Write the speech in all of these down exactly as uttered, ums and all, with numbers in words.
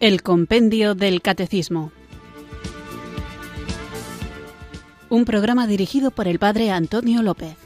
El Compendio del Catecismo. Un programa dirigido por el Padre Antonio López.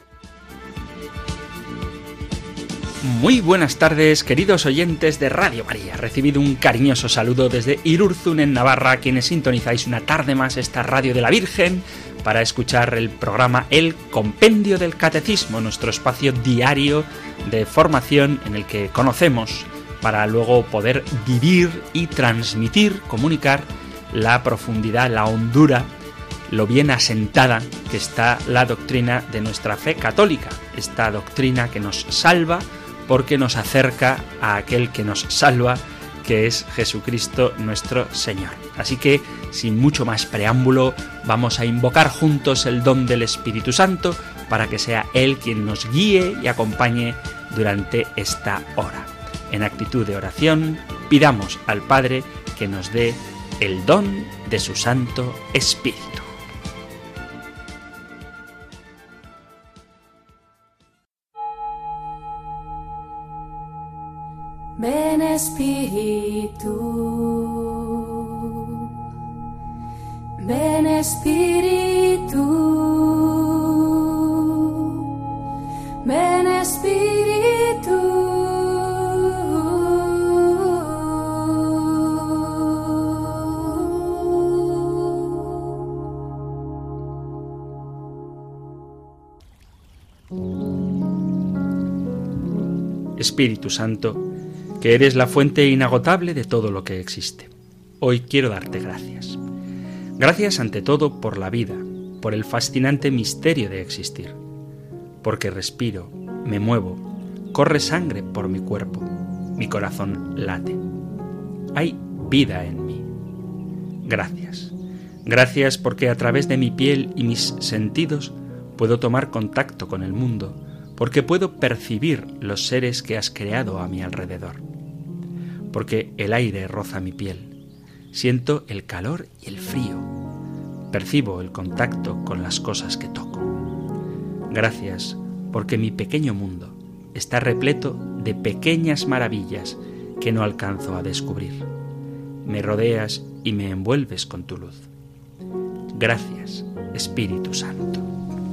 Muy buenas tardes, queridos oyentes de Radio María. Recibido un cariñoso saludo desde Irurzun, en Navarra, quienes sintonizáis una tarde más esta Radio de la Virgen para escuchar el programa El Compendio del Catecismo, nuestro espacio diario de formación en el que conocemos para luego poder vivir y transmitir, comunicar la profundidad, la hondura, lo bien asentada que está la doctrina de nuestra fe católica, esta doctrina que nos salva porque nos acerca a aquel que nos salva, que es Jesucristo nuestro Señor. Así que, sin mucho más preámbulo, vamos a invocar juntos el don del Espíritu Santo para que sea Él quien nos guíe y acompañe durante esta hora. En actitud de oración, pidamos al Padre que nos dé el don de su Santo Espíritu. Ven Espíritu, ven Espíritu, ven Espíritu. Espíritu Santo, que eres la fuente inagotable de todo lo que existe. Hoy quiero darte gracias. Gracias ante todo por la vida, por el fascinante misterio de existir, porque respiro, me muevo, corre sangre por mi cuerpo, mi corazón late. Hay vida en mí. Gracias. Gracias porque a través de mi piel y mis sentidos puedo tomar contacto con el mundo, porque puedo percibir los seres que has creado a mi alrededor. Porque el aire roza mi piel, siento el calor y el frío, percibo el contacto con las cosas que toco. Gracias porque mi pequeño mundo está repleto de pequeñas maravillas que no alcanzo a descubrir. Me rodeas y me envuelves con tu luz. Gracias, Espíritu Santo.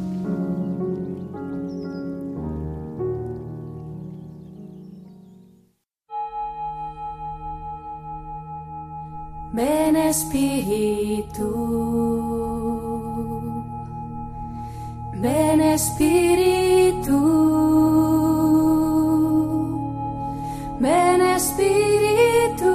Ven Espíritu, ven Espíritu, ven Espíritu.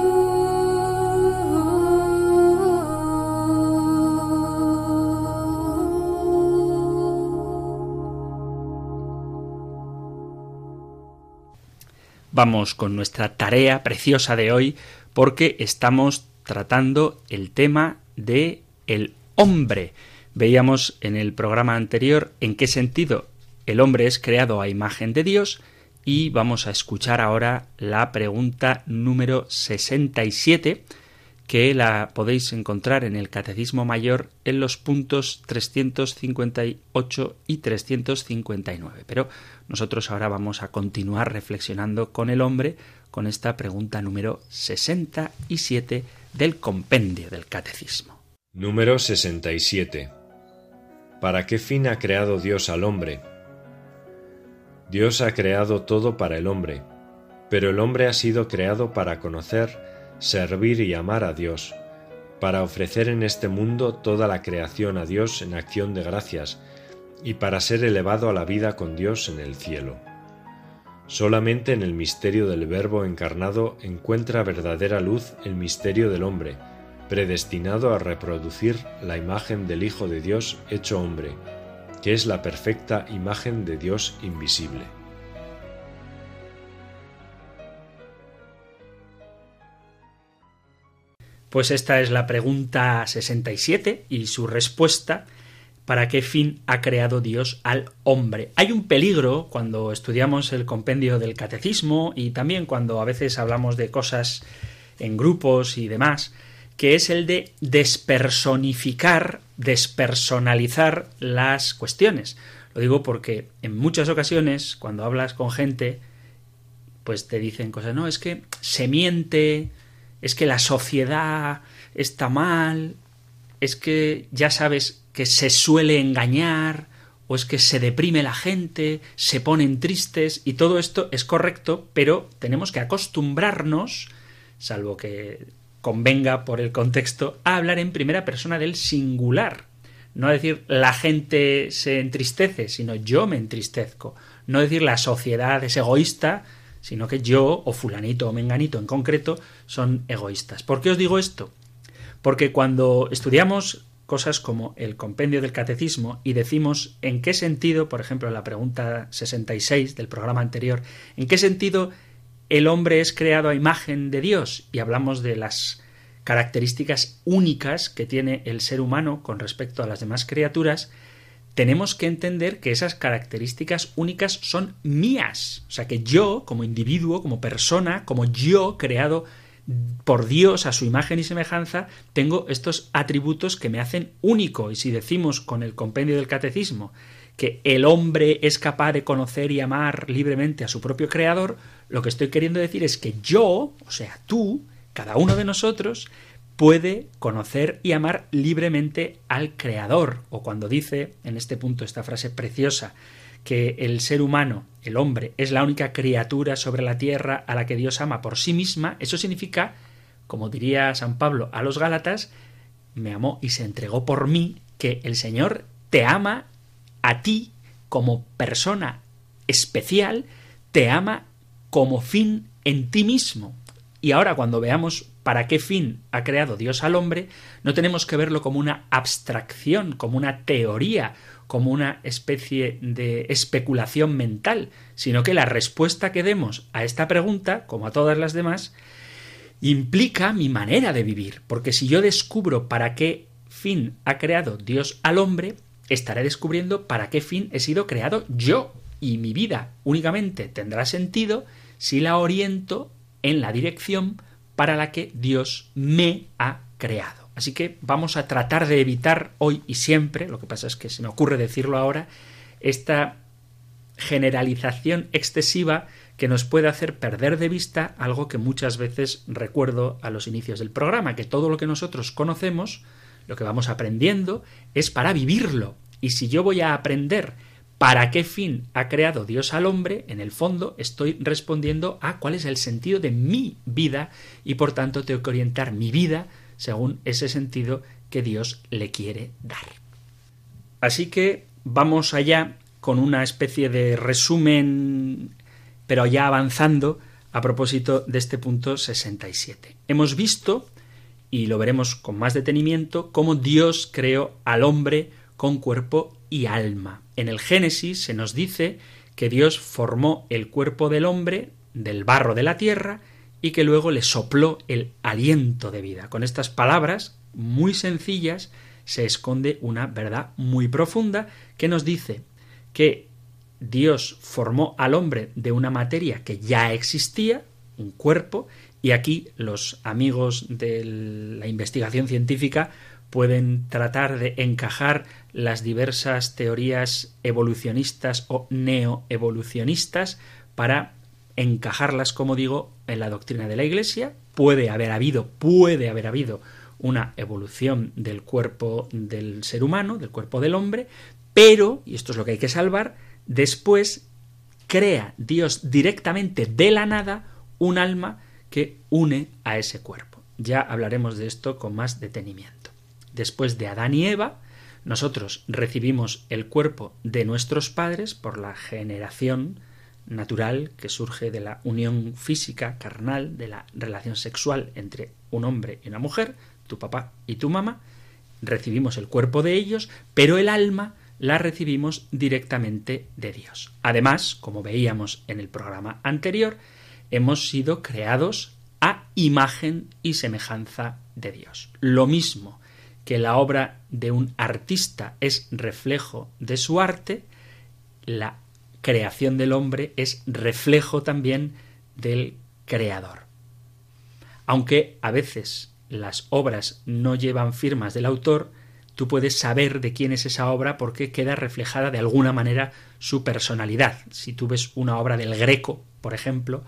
Vamos con nuestra tarea preciosa de hoy, porque estamos tratando el tema de el hombre. Veíamos en el programa anterior en qué sentido el hombre es creado a imagen de Dios y vamos a escuchar ahora la pregunta número sesenta y siete, que la podéis encontrar en el Catecismo Mayor en los puntos trescientos cincuenta y ocho y trescientos cincuenta y nueve. Pero nosotros ahora vamos a continuar reflexionando con el hombre con esta pregunta número sesenta y siete del Compendio del Catecismo. Número sesenta y siete. ¿Para qué fin ha creado Dios al hombre? Dios ha creado todo para el hombre, pero el hombre ha sido creado para conocer, servir y amar a Dios, para ofrecer en este mundo toda la creación a Dios en acción de gracias y para ser elevado a la vida con Dios en el cielo. Solamente en el misterio del Verbo encarnado encuentra verdadera luz el misterio del hombre, predestinado a reproducir la imagen del Hijo de Dios hecho hombre, que es la perfecta imagen de Dios invisible. Pues esta es la pregunta sesenta y siete y su respuesta: ¿para qué fin ha creado Dios al hombre? Hay un peligro cuando estudiamos el compendio del catecismo y también cuando a veces hablamos de cosas en grupos y demás, que es el de despersonificar, despersonalizar las cuestiones. Lo digo porque en muchas ocasiones, cuando hablas con gente, pues te dicen cosas, no, es que se miente es que la sociedad está mal, es que ya sabes que se suele engañar, o es que se deprime la gente, se ponen tristes, y todo esto es correcto, pero tenemos que acostumbrarnos, salvo que convenga por el contexto, a hablar en primera persona del singular. No decir la gente se entristece, sino yo me entristezco. No decir la sociedad es egoísta, sino que yo, o fulanito o menganito en concreto, son egoístas. ¿Por qué os digo esto? Porque cuando estudiamos cosas como el compendio del catecismo y decimos en qué sentido, por ejemplo, en la pregunta sesenta y seis del programa anterior, en qué sentido el hombre es creado a imagen de Dios, y hablamos de las características únicas que tiene el ser humano con respecto a las demás criaturas, tenemos que entender que esas características únicas son mías. O sea, que yo, como individuo, como persona, como yo, creado por Dios a su imagen y semejanza, tengo estos atributos que me hacen único. Y si decimos con el compendio del catecismo que el hombre es capaz de conocer y amar libremente a su propio creador, lo que estoy queriendo decir es que yo, o sea, tú, cada uno de nosotros, puede conocer y amar libremente al Creador. O cuando dice, en este punto, esta frase preciosa, que el ser humano, el hombre, es la única criatura sobre la tierra a la que Dios ama por sí misma, eso significa, como diría San Pablo a los Gálatas, me amó y se entregó por mí, que el Señor te ama a ti como persona especial, te ama como fin en ti mismo. Y ahora, cuando veamos para qué fin ha creado Dios al hombre, no tenemos que verlo como una abstracción, como una teoría, como una especie de especulación mental, sino que la respuesta que demos a esta pregunta, como a todas las demás, implica mi manera de vivir. Porque si yo descubro para qué fin ha creado Dios al hombre, estaré descubriendo para qué fin he sido creado yo. Y mi vida únicamente tendrá sentido si la oriento en la dirección para la que Dios me ha creado. Así que vamos a tratar de evitar hoy y siempre, lo que pasa es que se me ocurre decirlo ahora, esta generalización excesiva que nos puede hacer perder de vista algo que muchas veces recuerdo a los inicios del programa, que todo lo que nosotros conocemos, lo que vamos aprendiendo, es para vivirlo. Y si yo voy a aprender ¿para qué fin ha creado Dios al hombre? En el fondo estoy respondiendo a cuál es el sentido de mi vida y por tanto tengo que orientar mi vida según ese sentido que Dios le quiere dar. Así que vamos allá con una especie de resumen, pero ya avanzando a propósito de este punto sesenta y siete. Hemos visto, y lo veremos con más detenimiento, cómo Dios creó al hombre con cuerpo y alma. En el Génesis se nos dice que Dios formó el cuerpo del hombre del barro de la tierra y que luego le sopló el aliento de vida. Con estas palabras muy sencillas se esconde una verdad muy profunda que nos dice que Dios formó al hombre de una materia que ya existía, un cuerpo, y aquí los amigos de la investigación científica pueden tratar de encajar las diversas teorías evolucionistas o neoevolucionistas para encajarlas, como digo, en la doctrina de la Iglesia. Puede haber habido, puede haber habido una evolución del cuerpo del ser humano, del cuerpo del hombre, pero, y esto es lo que hay que salvar, después crea Dios directamente de la nada un alma que une a ese cuerpo. Ya hablaremos de esto con más detenimiento. Después de Adán y Eva, nosotros recibimos el cuerpo de nuestros padres por la generación natural que surge de la unión física, carnal, de la relación sexual entre un hombre y una mujer, tu papá y tu mamá. Recibimos el cuerpo de ellos, pero el alma la recibimos directamente de Dios. Además, como veíamos en el programa anterior, hemos sido creados a imagen y semejanza de Dios. Lo mismo que la obra de un artista es reflejo de su arte, la creación del hombre es reflejo también del Creador. Aunque a veces las obras no llevan firmas del autor, tú puedes saber de quién es esa obra porque queda reflejada de alguna manera su personalidad. Si tú ves una obra del Greco, por ejemplo,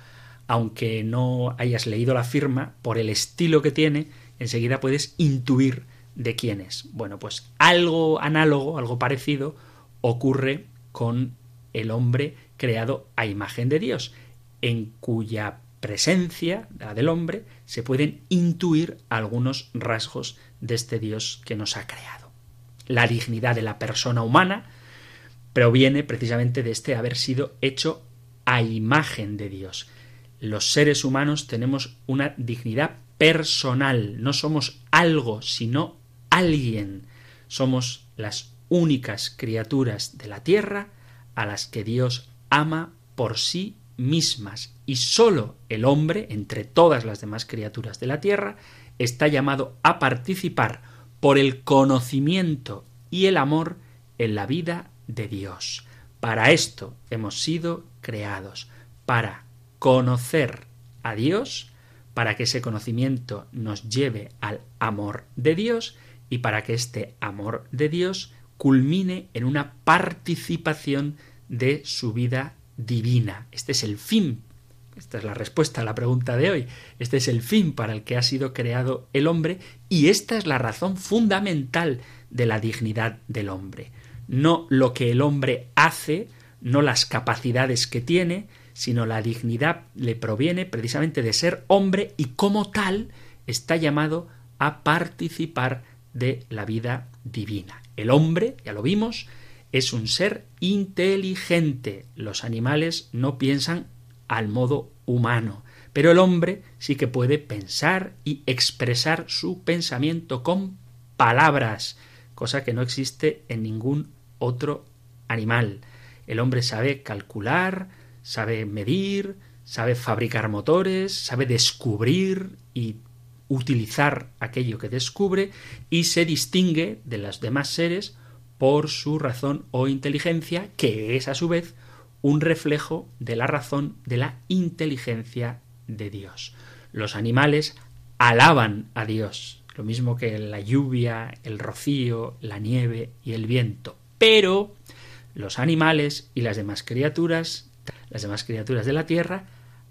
aunque no hayas leído la firma, por el estilo que tiene, enseguida puedes intuir de quién es. Bueno, pues algo análogo, algo parecido, ocurre con el hombre creado a imagen de Dios, en cuya presencia, la del hombre, se pueden intuir algunos rasgos de este Dios que nos ha creado. La dignidad de la persona humana proviene precisamente de este haber sido hecho a imagen de Dios. Los seres humanos tenemos una dignidad personal, no somos algo, sino alguien. Somos las únicas criaturas de la tierra a las que Dios ama por sí mismas, y sólo el hombre, entre todas las demás criaturas de la tierra, está llamado a participar por el conocimiento y el amor en la vida de Dios. Para esto hemos sido creados, para conocer a Dios, para que ese conocimiento nos lleve al amor de Dios y para que este amor de Dios culmine en una participación de su vida divina. Este es el fin. Esta es la respuesta a la pregunta de hoy. Este es el fin para el que ha sido creado el hombre y esta es la razón fundamental de la dignidad del hombre. No lo que el hombre hace, no las capacidades que tiene, sino la dignidad le proviene precisamente de ser hombre y como tal está llamado a participar de la vida divina. El hombre, ya lo vimos, es un ser inteligente. Los animales no piensan al modo humano, pero el hombre sí que puede pensar y expresar su pensamiento con palabras, cosa que no existe en ningún otro animal. El hombre sabe calcular, sabe medir, sabe fabricar motores, sabe descubrir y utilizar aquello que descubre y se distingue de los demás seres por su razón o inteligencia, que es a su vez un reflejo de la razón, de la inteligencia de Dios. Los animales alaban a Dios, lo mismo que la lluvia, el rocío, la nieve y el viento, pero los animales y las demás criaturas, las demás criaturas de la tierra,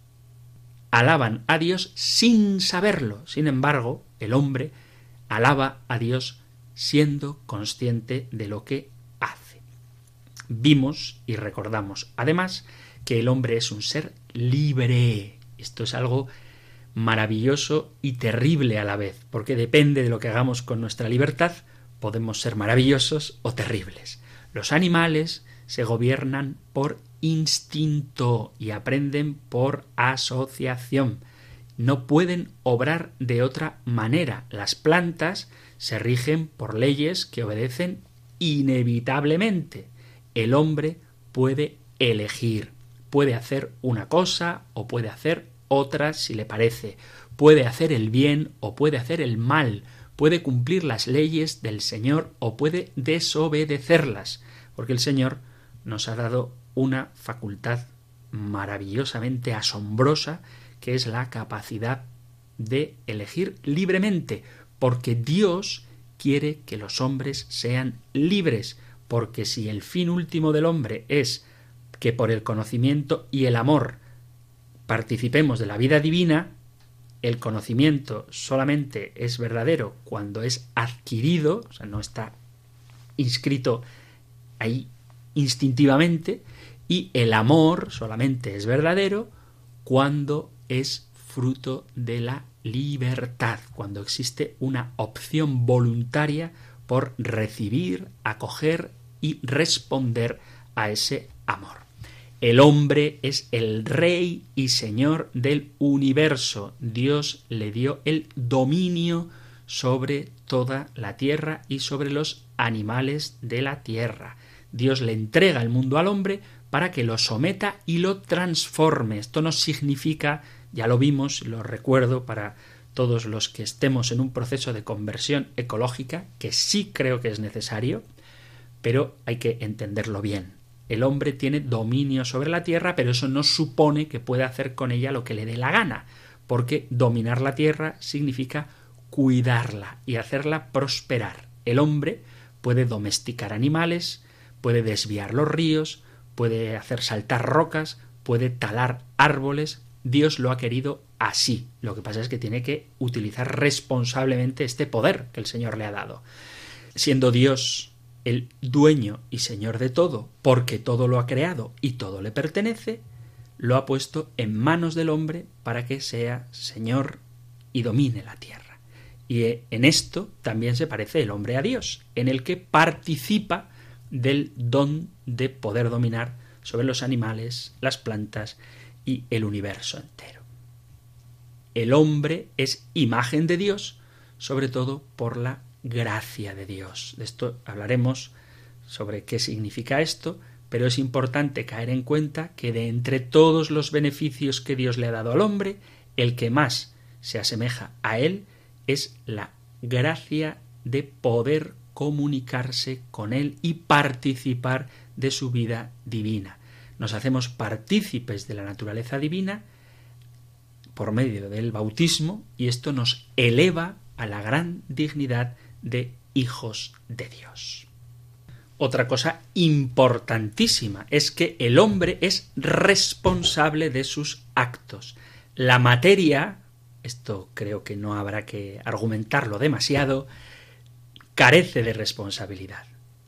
alaban a Dios sin saberlo. Sin embargo, el hombre alaba a Dios siendo consciente de lo que hace. Vimos y recordamos, además, que el hombre es un ser libre. Esto es algo maravilloso y terrible a la vez, porque depende de lo que hagamos con nuestra libertad, podemos ser maravillosos o terribles. Los animales se gobiernan por instinto y aprenden por asociación. No pueden obrar de otra manera. Las plantas se rigen por leyes que obedecen inevitablemente. El hombre puede elegir, puede hacer una cosa o puede hacer otra si le parece, puede hacer el bien o puede hacer el mal, puede cumplir las leyes del Señor o puede desobedecerlas, porque el Señor nos ha dado una facultad maravillosamente asombrosa, que es la capacidad de elegir libremente, porque Dios quiere que los hombres sean libres, porque si el fin último del hombre es que por el conocimiento y el amor participemos de la vida divina, el conocimiento solamente es verdadero cuando es adquirido, o sea, no está inscrito ahí instintivamente, y el amor solamente es verdadero cuando es fruto de la libertad, cuando existe una opción voluntaria por recibir, acoger y responder a ese amor. El hombre es el rey y señor del universo. Dios le dio el dominio sobre toda la tierra y sobre los animales de la tierra. Dios le entrega el mundo al hombre para que lo someta y lo transforme. Esto no significa, ya lo vimos, lo recuerdo para todos los que estemos en un proceso de conversión ecológica, que sí creo que es necesario, pero hay que entenderlo bien. El hombre tiene dominio sobre la tierra, pero eso no supone que pueda hacer con ella lo que le dé la gana, porque dominar la tierra significa cuidarla y hacerla prosperar. El hombre puede domesticar animales, puede desviar los ríos, puede hacer saltar rocas, puede talar árboles, Dios lo ha querido así. Lo que pasa es que tiene que utilizar responsablemente este poder que el Señor le ha dado. Siendo Dios el dueño y señor de todo, porque todo lo ha creado y todo le pertenece, lo ha puesto en manos del hombre para que sea señor y domine la tierra. Y en esto también se parece el hombre a Dios, en el que participa del don de poder dominar sobre los animales, las plantas y el universo entero. El hombre es imagen de Dios, sobre todo por la gracia de Dios. De esto hablaremos sobre qué significa esto, pero es importante caer en cuenta que de entre todos los beneficios que Dios le ha dado al hombre, el que más se asemeja a él es la gracia de poder comunicarse con él y participar de su vida divina. Nos hacemos partícipes de la naturaleza divina por medio del bautismo y esto nos eleva a la gran dignidad de hijos de Dios. Otra cosa importantísima es que el hombre es responsable de sus actos. La materia, esto creo que no habrá que argumentarlo demasiado, carece de responsabilidad.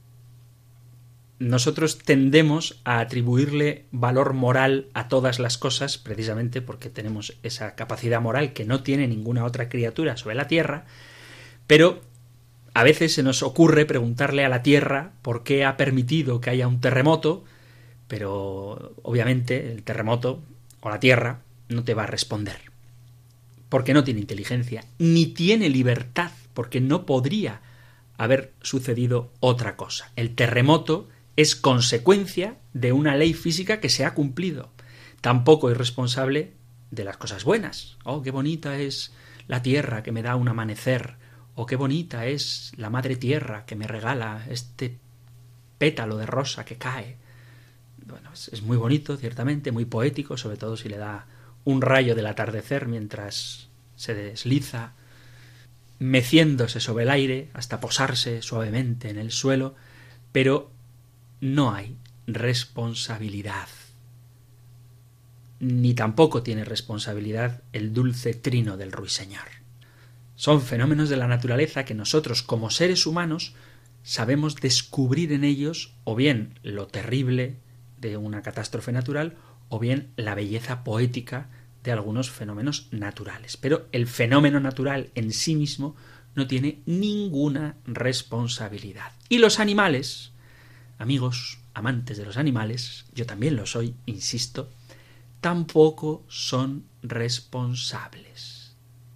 Nosotros tendemos a atribuirle valor moral a todas las cosas precisamente porque tenemos esa capacidad moral que no tiene ninguna otra criatura sobre la tierra, pero a veces se nos ocurre preguntarle a la tierra por qué ha permitido que haya un terremoto, pero obviamente el terremoto o la tierra no te va a responder, porque no tiene inteligencia, ni tiene libertad, porque no podría haber sucedido otra cosa. El terremoto es consecuencia de una ley física que se ha cumplido. Tampoco es responsable de las cosas buenas. Oh, qué bonita es la tierra que me da un amanecer. Oh, qué bonita es la madre tierra que me regala este pétalo de rosa que cae. Bueno, es, es muy bonito, ciertamente, muy poético, sobre todo si le da un rayo del atardecer mientras se desliza, meciéndose sobre el aire hasta posarse suavemente en el suelo, pero no hay responsabilidad. Ni tampoco tiene responsabilidad el dulce trino del ruiseñor. Son fenómenos de la naturaleza que nosotros, como seres humanos, sabemos descubrir en ellos o bien lo terrible de una catástrofe natural o bien la belleza poética de algunos fenómenos naturales. Pero el fenómeno natural en sí mismo no tiene ninguna responsabilidad. Y los animales, amigos, amantes de los animales, yo también lo soy, insisto, tampoco son responsables.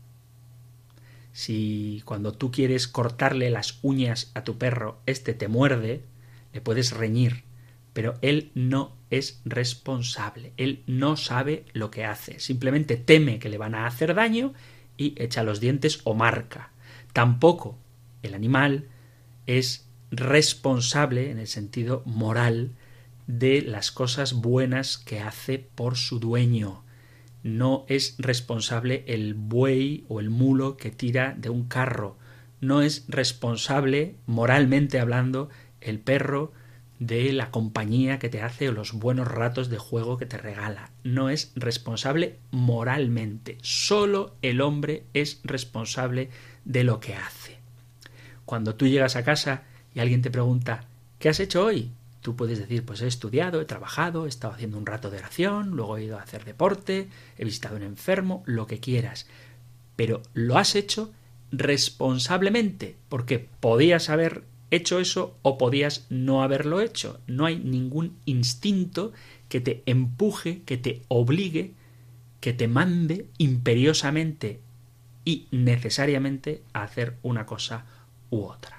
Si cuando tú quieres cortarle las uñas a tu perro, éste te muerde, le puedes reñir, pero él no es responsable, él no sabe lo que hace, simplemente teme que le van a hacer daño y echa los dientes o marca. Tampoco el animal es responsable en el sentido moral de las cosas buenas que hace por su dueño. No es responsable el buey o el mulo que tira de un carro. No es responsable, moralmente hablando, el perro de la compañía que te hace o los buenos ratos de juego que te regala. No es responsable moralmente. Solo el hombre es responsable de lo que hace. Cuando tú llegas a casa y alguien te pregunta ¿qué has hecho hoy? Tú puedes decir, pues he estudiado, he trabajado, he estado haciendo un rato de oración, luego he ido a hacer deporte, he visitado a un enfermo, lo que quieras. Pero lo has hecho responsablemente, porque podías haber hecho eso o podías no haberlo hecho. No hay ningún instinto que te empuje, que te obligue, que te mande imperiosamente y necesariamente a hacer una cosa u otra.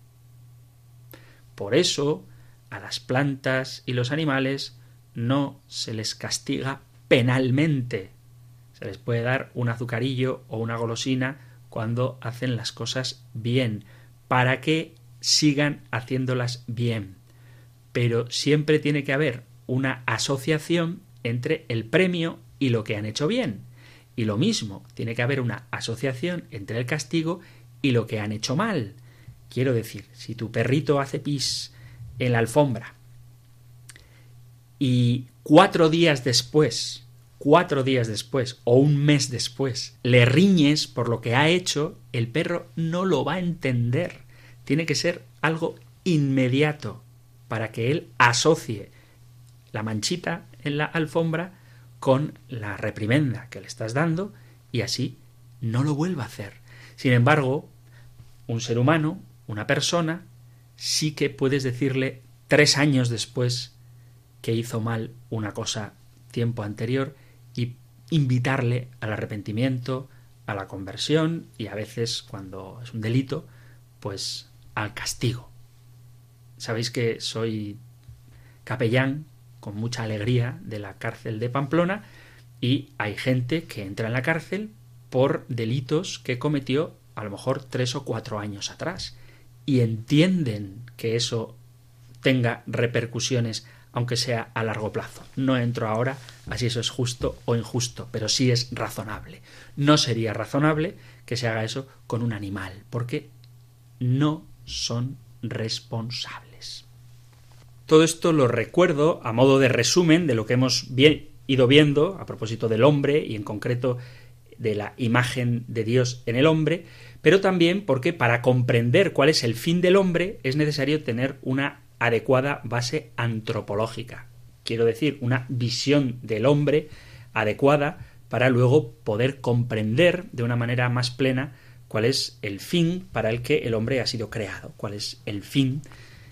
Por eso, a las plantas y los animales no se les castiga penalmente. Se les puede dar un azucarillo o una golosina cuando hacen las cosas bien, para que sigan haciéndolas bien. Pero siempre tiene que haber una asociación entre el premio y lo que han hecho bien. Y lo mismo, tiene que haber una asociación entre el castigo y lo que han hecho mal. Quiero decir, si tu perrito hace pis en la alfombra y cuatro días después cuatro días después o un mes después le riñes por lo que ha hecho, el perro no lo va a entender. Tiene que ser algo inmediato para que él asocie la manchita en la alfombra con la reprimenda que le estás dando y así no lo vuelva a hacer. Sin embargo, un ser humano, una persona, sí que puedes decirle tres años después que hizo mal una cosa tiempo anterior y invitarle al arrepentimiento, a la conversión y a veces, cuando es un delito, pues al castigo. Sabéis que soy capellán con mucha alegría de la cárcel de Pamplona y hay gente que entra en la cárcel por delitos que cometió a lo mejor tres o cuatro años atrás y entienden que eso tenga repercusiones, aunque sea a largo plazo. No entro ahora a si eso es justo o injusto, pero sí es razonable. No sería razonable que se haga eso con un animal, porque no son responsables. Todo esto lo recuerdo a modo de resumen de lo que hemos bien ido viendo a propósito del hombre y en concreto de la imagen de Dios en el hombre, pero también porque para comprender cuál es el fin del hombre es necesario tener una adecuada base antropológica. Quiero decir, una visión del hombre adecuada para luego poder comprender de una manera más plena cuál es el fin para el que el hombre ha sido creado, cuál es el fin.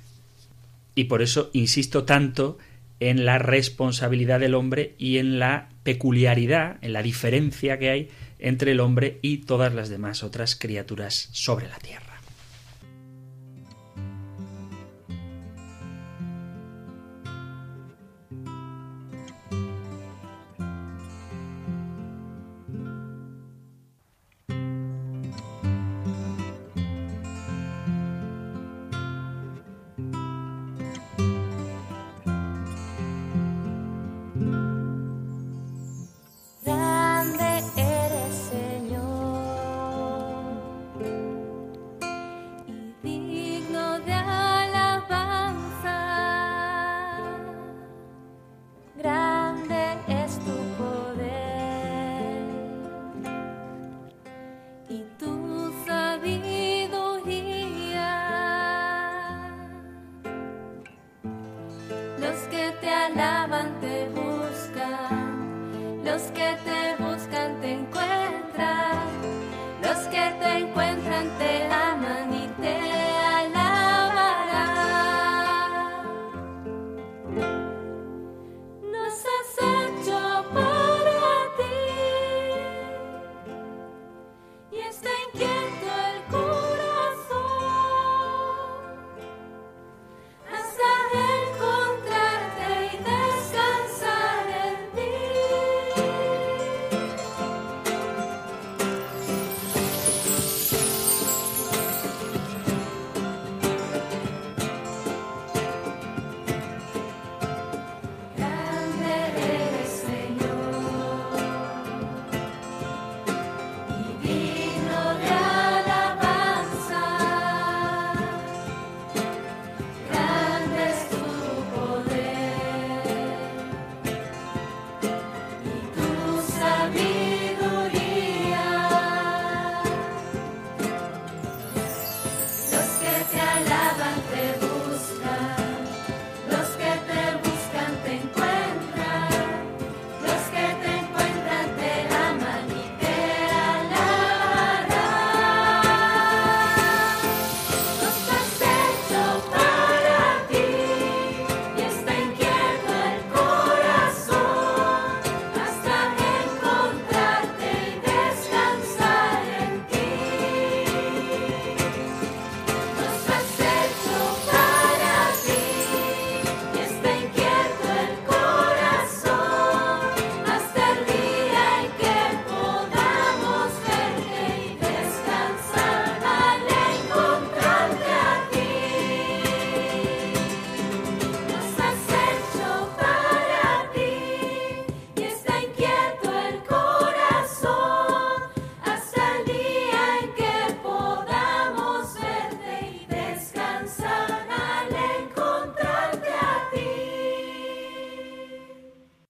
Y por eso insisto tanto en la responsabilidad del hombre y en la peculiaridad, en la diferencia que hay entre el hombre y todas las demás otras criaturas sobre la tierra. Encontrar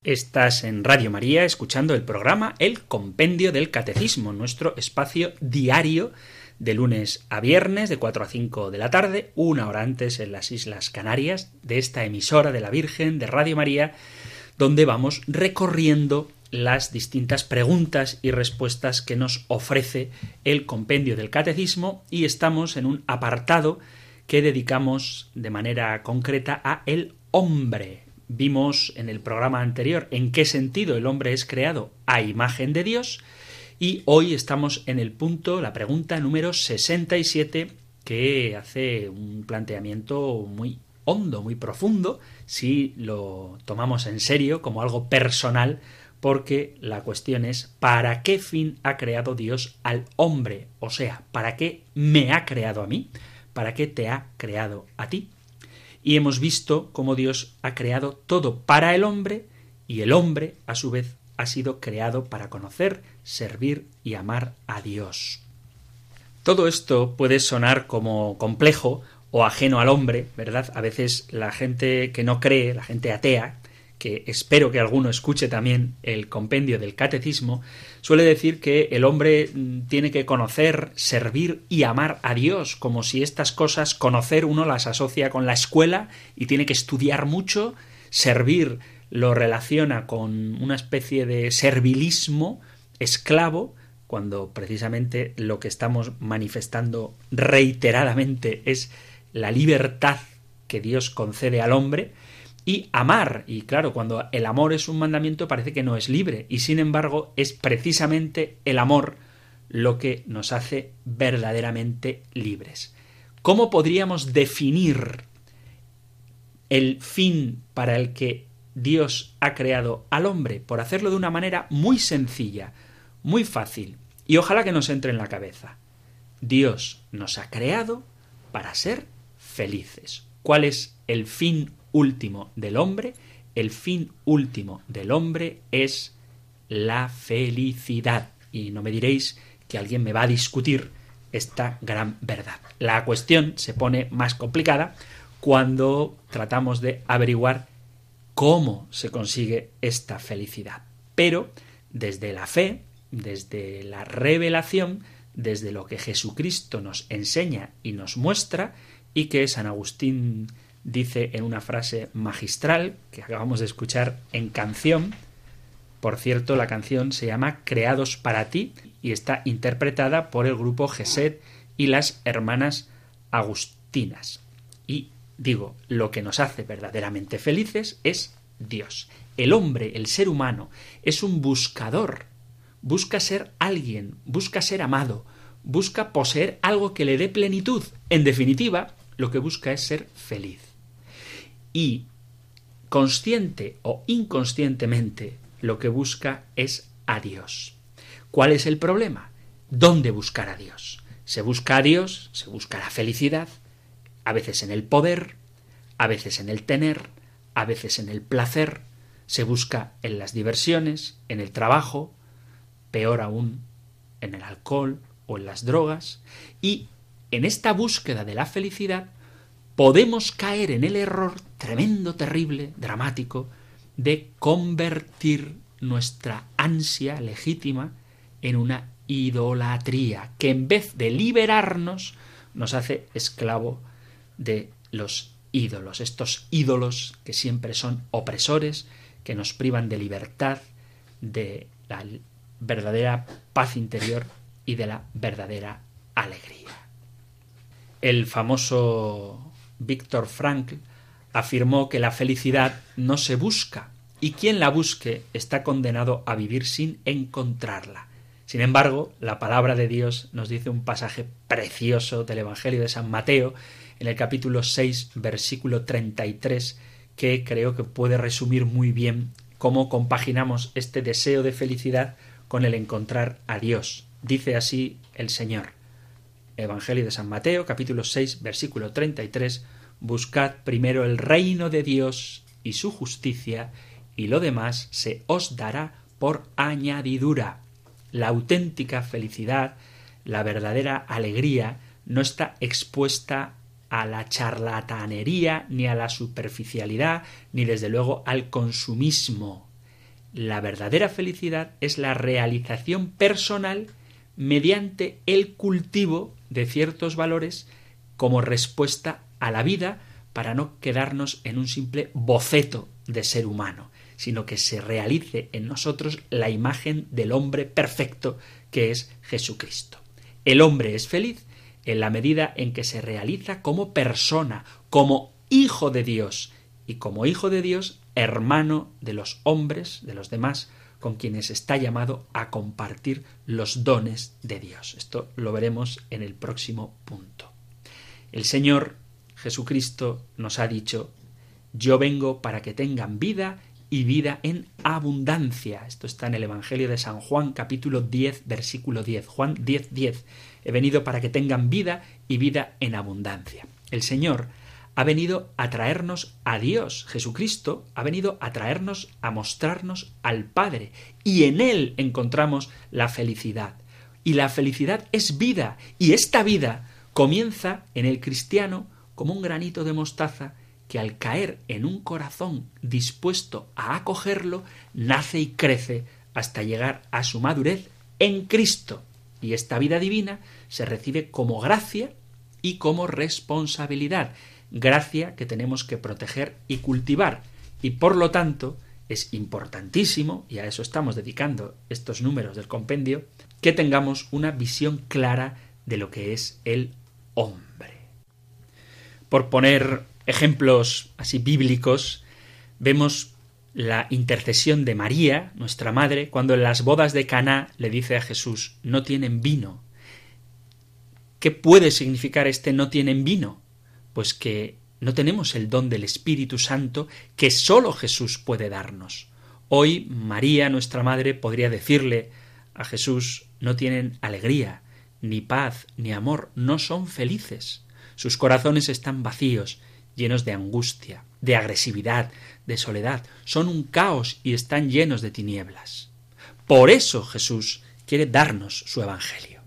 Estás en Radio María escuchando el programa El Compendio del Catecismo, nuestro espacio diario de lunes a viernes de cuatro a cinco de la tarde, una hora antes en las Islas Canarias, de esta emisora de la Virgen de Radio María, donde vamos recorriendo las distintas preguntas y respuestas que nos ofrece el Compendio del Catecismo, y estamos en un apartado que dedicamos de manera concreta a el hombre. Vimos en el programa anterior en qué sentido el hombre es creado a imagen de Dios, y hoy estamos en el punto, la pregunta número sesenta y siete, que hace un planteamiento muy hondo, muy profundo, si lo tomamos en serio como algo personal, porque la cuestión es ¿para qué fin ha creado Dios al hombre? O sea, ¿para qué me ha creado a mí? ¿Para qué te ha creado a ti? Y hemos visto cómo Dios ha creado todo para el hombre, y el hombre, a su vez, ha sido creado para conocer, servir y amar a Dios. Todo esto puede sonar como complejo o ajeno al hombre, ¿verdad? A veces la gente que no cree, la gente atea, que espero que alguno escuche también el compendio del catecismo, suele decir que el hombre tiene que conocer, servir y amar a Dios, como si estas cosas, conocer, uno las asocia con la escuela y tiene que estudiar mucho, servir lo relaciona con una especie de servilismo esclavo, cuando precisamente lo que estamos manifestando reiteradamente es la libertad que Dios concede al hombre. Y amar, y claro, cuando el amor es un mandamiento parece que no es libre, y sin embargo es precisamente el amor lo que nos hace verdaderamente libres. ¿Cómo podríamos definir el fin para el que Dios ha creado al hombre? Por hacerlo de una manera muy sencilla, muy fácil, y ojalá que nos entre en la cabeza. Dios nos ha creado para ser felices. ¿Cuál es el fin último del hombre? El fin último del hombre es la felicidad. Y no me diréis que alguien me va a discutir esta gran verdad. La cuestión se pone más complicada cuando tratamos de averiguar cómo se consigue esta felicidad. Pero desde la fe, desde la revelación, desde lo que Jesucristo nos enseña y nos muestra, y que San Agustín dice en una frase magistral que acabamos de escuchar en canción. Por cierto, la canción se llama Creados para ti y está interpretada por el grupo Gesed y las hermanas agustinas. Y digo, lo que nos hace verdaderamente felices es Dios. El hombre, el ser humano, es un buscador. Busca ser alguien, busca ser amado, busca poseer algo que le dé plenitud. En definitiva, lo que busca es ser feliz. Y consciente o inconscientemente lo que busca es a Dios. ¿Cuál es el problema? ¿Dónde buscar a Dios? Se busca a Dios, se busca la felicidad, a veces en el poder, a veces en el tener, a veces en el placer, se busca en las diversiones, en el trabajo, peor aún en el alcohol o en las drogas, y en esta búsqueda de la felicidad podemos caer en el error tremendo, terrible, dramático, de convertir nuestra ansia legítima en una idolatría que en vez de liberarnos nos hace esclavo de los ídolos, estos ídolos que siempre son opresores, que nos privan de libertad, de la verdadera paz interior y de la verdadera alegría. El famoso Viktor Frankl afirmó que la felicidad no se busca y quien la busque está condenado a vivir sin encontrarla. Sin embargo, la palabra de Dios nos dice un pasaje precioso del Evangelio de San Mateo, en el capítulo seis, versículo treinta y tres, que creo que puede resumir muy bien cómo compaginamos este deseo de felicidad con el encontrar a Dios. Dice así el Señor. Evangelio de San Mateo, capítulo seis, versículo treinta y tres, buscad primero el reino de Dios y su justicia, y lo demás se os dará por añadidura. La auténtica felicidad, la verdadera alegría, no está expuesta a la charlatanería, ni a la superficialidad, ni desde luego al consumismo. La verdadera felicidad es la realización personal mediante el cultivo de ciertos valores como respuesta a la vida, para no quedarnos en un simple boceto de ser humano, sino que se realice en nosotros la imagen del hombre perfecto que es Jesucristo. El hombre es feliz en la medida en que se realiza como persona, como hijo de Dios, y como hijo de Dios, hermano de los hombres, de los demás, con quienes está llamado a compartir los dones de Dios. Esto lo veremos en el próximo punto. El Señor Jesucristo nos ha dicho: yo vengo para que tengan vida y vida en abundancia. Esto está en el Evangelio de San Juan, capítulo diez, versículo diez. Juan diez, diez. He venido para que tengan vida y vida en abundancia. El Señor ha venido a traernos a Dios. Jesucristo ha venido a traernos, a mostrarnos al Padre. Y en Él encontramos la felicidad. Y la felicidad es vida. Y esta vida comienza en el cristiano como un granito de mostaza que, al caer en un corazón dispuesto a acogerlo, nace y crece hasta llegar a su madurez en Cristo. Y esta vida divina se recibe como gracia y como responsabilidad. Gracia que tenemos que proteger y cultivar. Y por lo tanto es importantísimo, y a eso estamos dedicando estos números del compendio, que tengamos una visión clara de lo que es el hombre. Por poner ejemplos así bíblicos, vemos la intercesión de María, nuestra madre, cuando en las bodas de Caná le dice a Jesús: no tienen vino. ¿Qué puede significar este no tienen vino? Pues que no tenemos el don del Espíritu Santo que sólo Jesús puede darnos. Hoy María, nuestra madre, podría decirle a Jesús: no tienen alegría, ni paz, ni amor, no son felices. Sus corazones están vacíos, llenos de angustia, de agresividad, de soledad. Son un caos y están llenos de tinieblas. Por eso Jesús quiere darnos su Evangelio.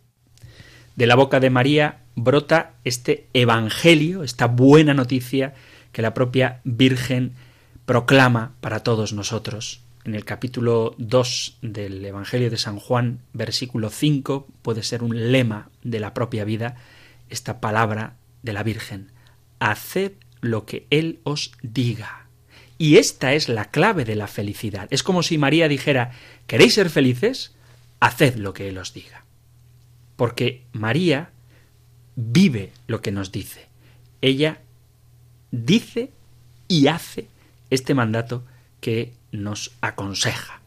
De la boca de María brota este Evangelio, esta buena noticia que la propia Virgen proclama para todos nosotros. En el capítulo dos del Evangelio de San Juan, versículo cinco, puede ser un lema de la propia vida, esta palabra de la Virgen: haced lo que Él os diga. Y esta es la clave de la felicidad. Es como si María dijera: ¿queréis ser felices? Haced lo que Él os diga. Porque María vive lo que nos dice. Ella dice y hace este mandato que nos aconseja: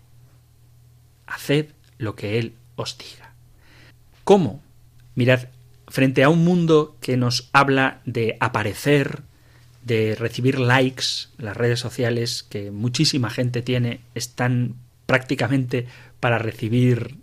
haced lo que Él os diga. ¿Cómo? Mirad, frente a un mundo que nos habla de aparecer, de recibir likes, las redes sociales que muchísima gente tiene están prácticamente para recibir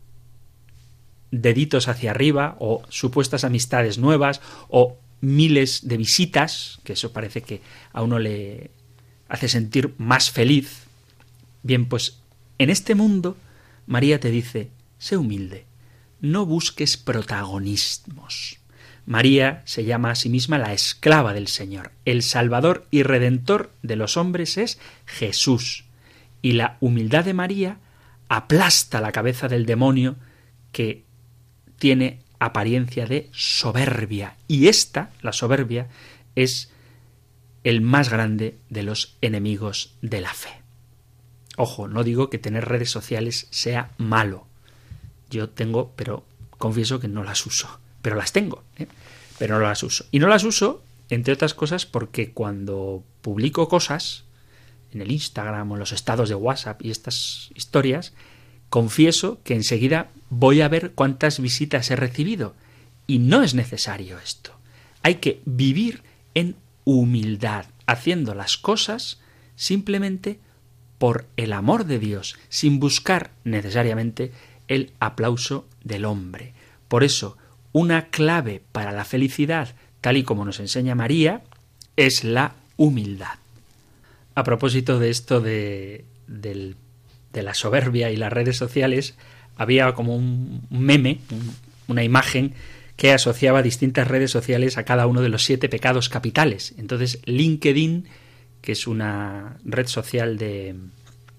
deditos hacia arriba, o supuestas amistades nuevas, o miles de visitas, que eso parece que a uno le hace sentir más feliz. Bien, pues en este mundo María te dice: sé humilde, no busques protagonismos. María se llama a sí misma la esclava del Señor. El Salvador y Redentor de los hombres es Jesús. Y la humildad de María aplasta la cabeza del demonio, que tiene apariencia de soberbia. Y esta, la soberbia, es el más grande de los enemigos de la fe. Ojo, no digo que tener redes sociales sea malo. Yo tengo, pero confieso que no las uso. Pero las tengo, ¿eh? Pero no las uso. Y no las uso, entre otras cosas, porque cuando publico cosas en el Instagram o en los estados de WhatsApp y estas historias, confieso que enseguida voy a ver cuántas visitas he recibido. Y no es necesario esto. Hay que vivir en humildad, haciendo las cosas simplemente por el amor de Dios, sin buscar necesariamente el aplauso del hombre. Por eso, una clave para la felicidad, tal y como nos enseña María, es la humildad. A propósito de esto de, de, de la soberbia y las redes sociales, había como un meme, un, una imagen que asociaba distintas redes sociales a cada uno de los siete pecados capitales. Entonces, LinkedIn, que es una red social de,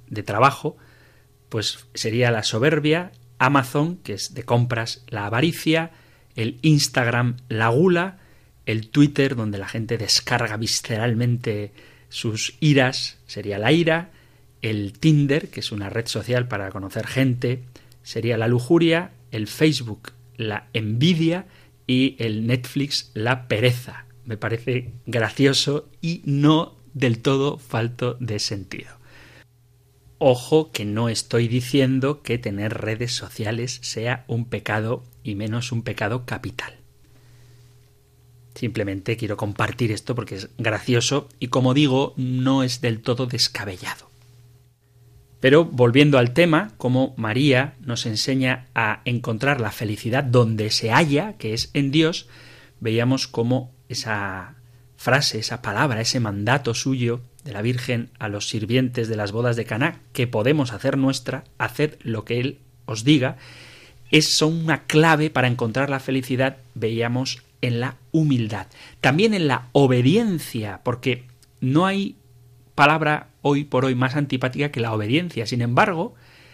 de trabajo, pues sería la soberbia, Amazon, que es de compras, la avaricia, el Instagram, la gula, el Twitter, donde la gente descarga visceralmente sus iras, sería la ira, el Tinder, que es una red social para conocer gente, sería la lujuria, el Facebook, la envidia y el Netflix, la pereza. Me parece gracioso y no del todo falto de sentido. Ojo que no estoy diciendo que tener redes sociales sea un pecado y menos un pecado capital. Simplemente quiero compartir esto porque es gracioso y, como digo, no es del todo descabellado. Pero volviendo al tema, como María nos enseña a encontrar la felicidad donde se halla, que es en Dios, veíamos cómo esa frase, esa palabra, ese mandato suyo de la Virgen a los sirvientes de las bodas de Caná, que podemos hacer nuestra, haced lo que Él os diga, es una clave para encontrar la felicidad, veíamos, en la humildad. También en la obediencia, porque no hay palabra hoy por hoy más antipática que la obediencia. Sin embargo,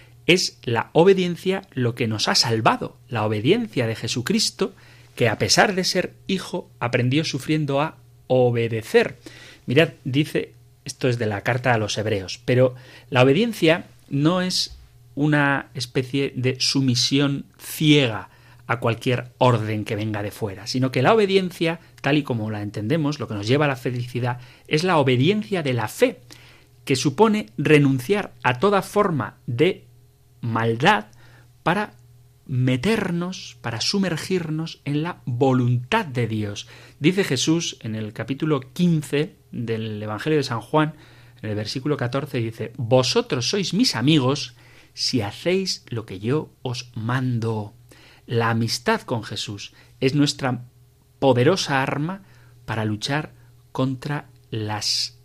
es la obediencia lo que nos ha salvado. La obediencia de Jesucristo, que a pesar de ser hijo, aprendió sufriendo a obedecer. Mirad, dice, esto es de la carta a los Hebreos, pero la obediencia no es una especie de sumisión ciega a cualquier orden que venga de fuera, sino que la obediencia, tal y como la entendemos, lo que nos lleva a la felicidad, es la obediencia de la fe, que supone renunciar a toda forma de maldad para meternos, para sumergirnos en la voluntad de Dios. Dice Jesús en el capítulo quince del Evangelio de San Juan, en el versículo catorce, dice: vosotros sois mis amigos si hacéis lo que yo os mando. La amistad con Jesús es nuestra poderosa arma para luchar contra las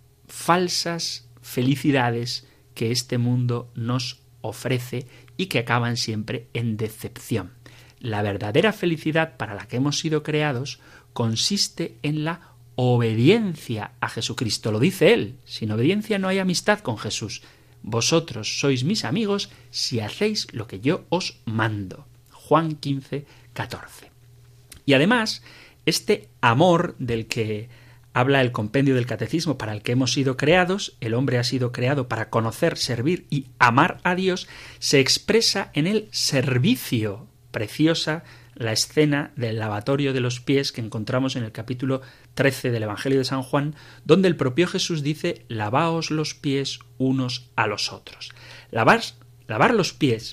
falsas felicidades que este mundo nos ofrece y que acaban siempre en decepción. La verdadera felicidad para la que hemos sido creados consiste en la obediencia a Jesucristo. Lo dice Él: sin obediencia no hay amistad con Jesús. Vosotros sois mis amigos si hacéis lo que yo os mando. Juan quince, catorce. Y además, este amor del que habla el compendio del Catecismo, para el que hemos sido creados, el hombre ha sido creado para conocer, servir y amar a Dios, se expresa en el servicio. Preciosa la escena del lavatorio de los pies que encontramos en el capítulo trece del Evangelio de San Juan, donde el propio Jesús dice: lavaos los pies unos a los otros. Lavar, lavar los pies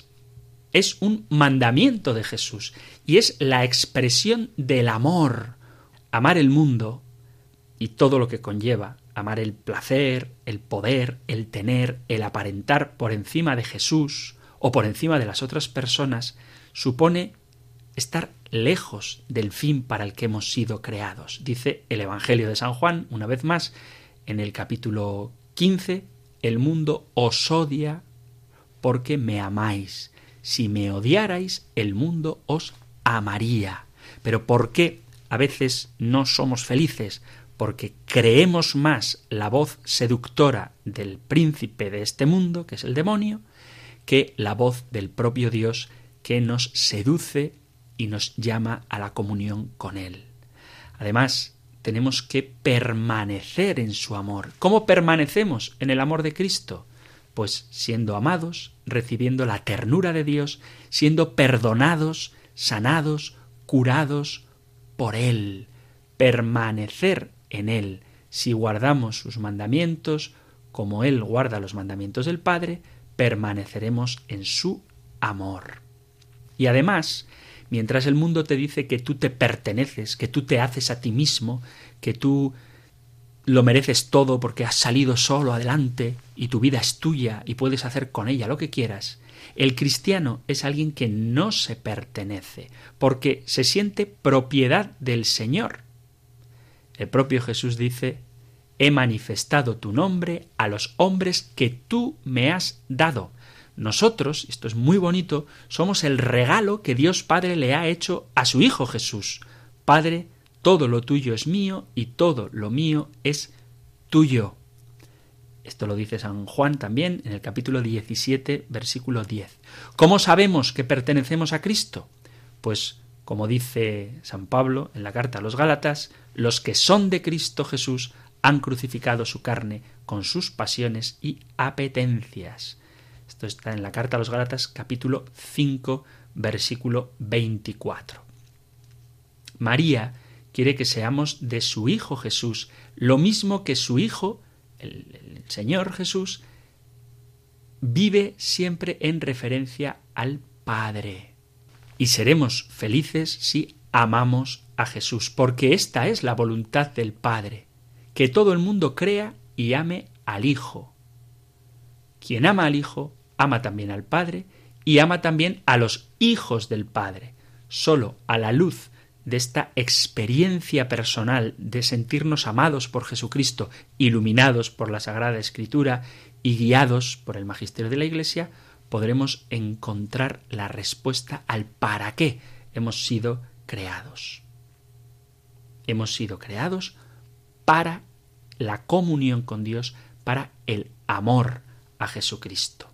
es un mandamiento de Jesús y es la expresión del amor. Amar el mundo y todo lo que conlleva, amar el placer, el poder, el tener, el aparentar por encima de Jesús o por encima de las otras personas, supone estar lejos del fin para el que hemos sido creados. Dice el Evangelio de San Juan, una vez más, en el capítulo quince: el mundo os odia porque me amáis. Si me odiarais, el mundo os amaría. Pero ¿por qué a veces no somos felices? Porque creemos más la voz seductora del príncipe de este mundo, que es el demonio, que la voz del propio Dios, que nos seduce y nos llama a la comunión con Él. Además, tenemos que permanecer en su amor. ¿Cómo permanecemos en el amor de Cristo? Pues siendo amados, recibiendo la ternura de Dios, siendo perdonados, sanados, curados por Él. Permanecer en Él. Si guardamos sus mandamientos, como Él guarda los mandamientos del Padre, permaneceremos en su amor. Y además, mientras el mundo te dice que tú te perteneces, que tú te haces a ti mismo, que tú lo mereces todo porque has salido solo adelante y tu vida es tuya y puedes hacer con ella lo que quieras, el cristiano es alguien que no se pertenece porque se siente propiedad del Señor. El propio Jesús dice: he manifestado tu nombre a los hombres que tú me has dado. Nosotros, esto es muy bonito, somos el regalo que Dios Padre le ha hecho a su Hijo Jesús. Padre, todo lo tuyo es mío y todo lo mío es tuyo. Esto lo dice San Juan también en el capítulo diecisiete, versículo diez. ¿Cómo sabemos que pertenecemos a Cristo? Pues, como dice San Pablo en la carta a los Gálatas, los que son de Cristo Jesús han crucificado su carne con sus pasiones y apetencias. Esto está en la carta a los Gálatas, capítulo cinco, versículo veinticuatro. María quiere que seamos de su Hijo Jesús, lo mismo que su Hijo, el, el Señor Jesús, vive siempre en referencia al Padre. Y seremos felices si amamos a Jesús, porque esta es la voluntad del Padre, que todo el mundo crea y ame al Hijo. Quien ama al Hijo, ama también al Padre y ama también a los hijos del Padre. Solo a la luz de esta experiencia personal de sentirnos amados por Jesucristo, iluminados por la Sagrada Escritura y guiados por el magisterio de la Iglesia, podremos encontrar la respuesta al para qué hemos sido creados. Hemos sido creados para la comunión con Dios, para el amor a Jesucristo.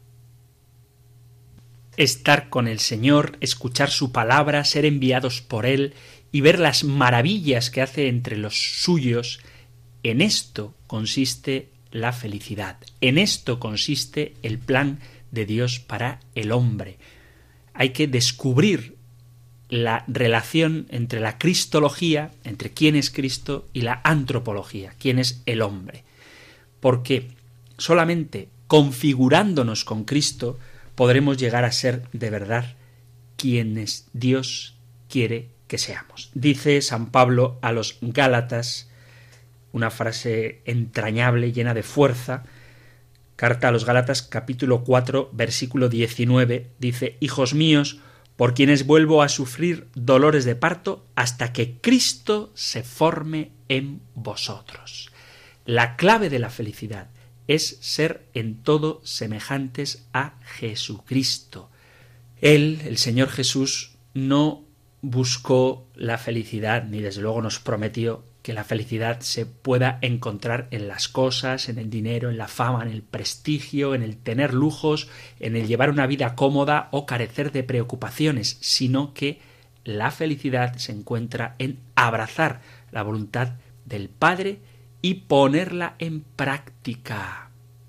Estar con el Señor, escuchar su palabra, ser enviados por Él y ver las maravillas que hace entre los suyos, en esto consiste la felicidad, en esto consiste el plan de Dios para el hombre. Hay que descubrir la relación entre la cristología, entre quién es Cristo, y la antropología, quién es el hombre. Porque solamente configurándonos con Cristo podremos llegar a ser de verdad quienes Dios quiere que seamos. Dice San Pablo a los Gálatas, una frase entrañable, llena de fuerza. Carta a los Gálatas, capítulo cuatro, versículo diecinueve, dice: Hijos míos, por quienes vuelvo a sufrir dolores de parto hasta que Cristo se forme en vosotros. La clave de la felicidad es ser en todo semejantes a Jesucristo. Él, el Señor Jesús, no buscó la felicidad, ni desde luego nos prometió que la felicidad se pueda encontrar en las cosas, en el dinero, en la fama, en el prestigio, en el tener lujos, en el llevar una vida cómoda o carecer de preocupaciones, sino que la felicidad se encuentra en abrazar la voluntad del Padre y ponerla en práctica.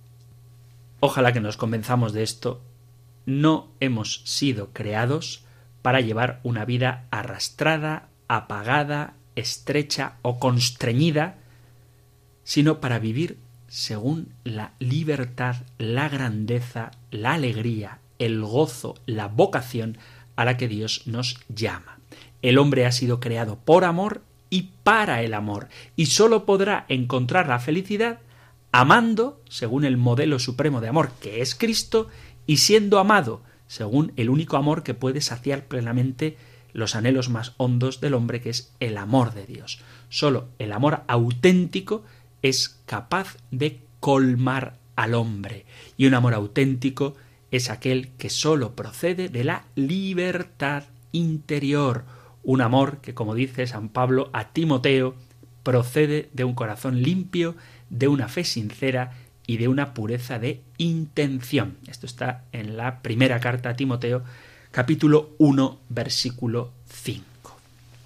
Ojalá que nos convenzamos de esto. No hemos sido creados para llevar una vida arrastrada, apagada, estrecha o constreñida, sino para vivir según la libertad, la grandeza, la alegría, el gozo, la vocación a la que Dios nos llama. El hombre ha sido creado por amor y para el amor, y sólo podrá encontrar la felicidad amando según el modelo supremo de amor que es Cristo y siendo amado según el único amor que puede saciar plenamente los anhelos más hondos del hombre, que es el amor de Dios. Solo el amor auténtico es capaz de colmar al hombre, y un amor auténtico es aquel que solo procede de la libertad interior, un amor que, como dice San Pablo a Timoteo, procede de un corazón limpio, de una fe sincera y de una pureza de intención. Esto está en la primera carta a Timoteo, capítulo uno, versículo cinco.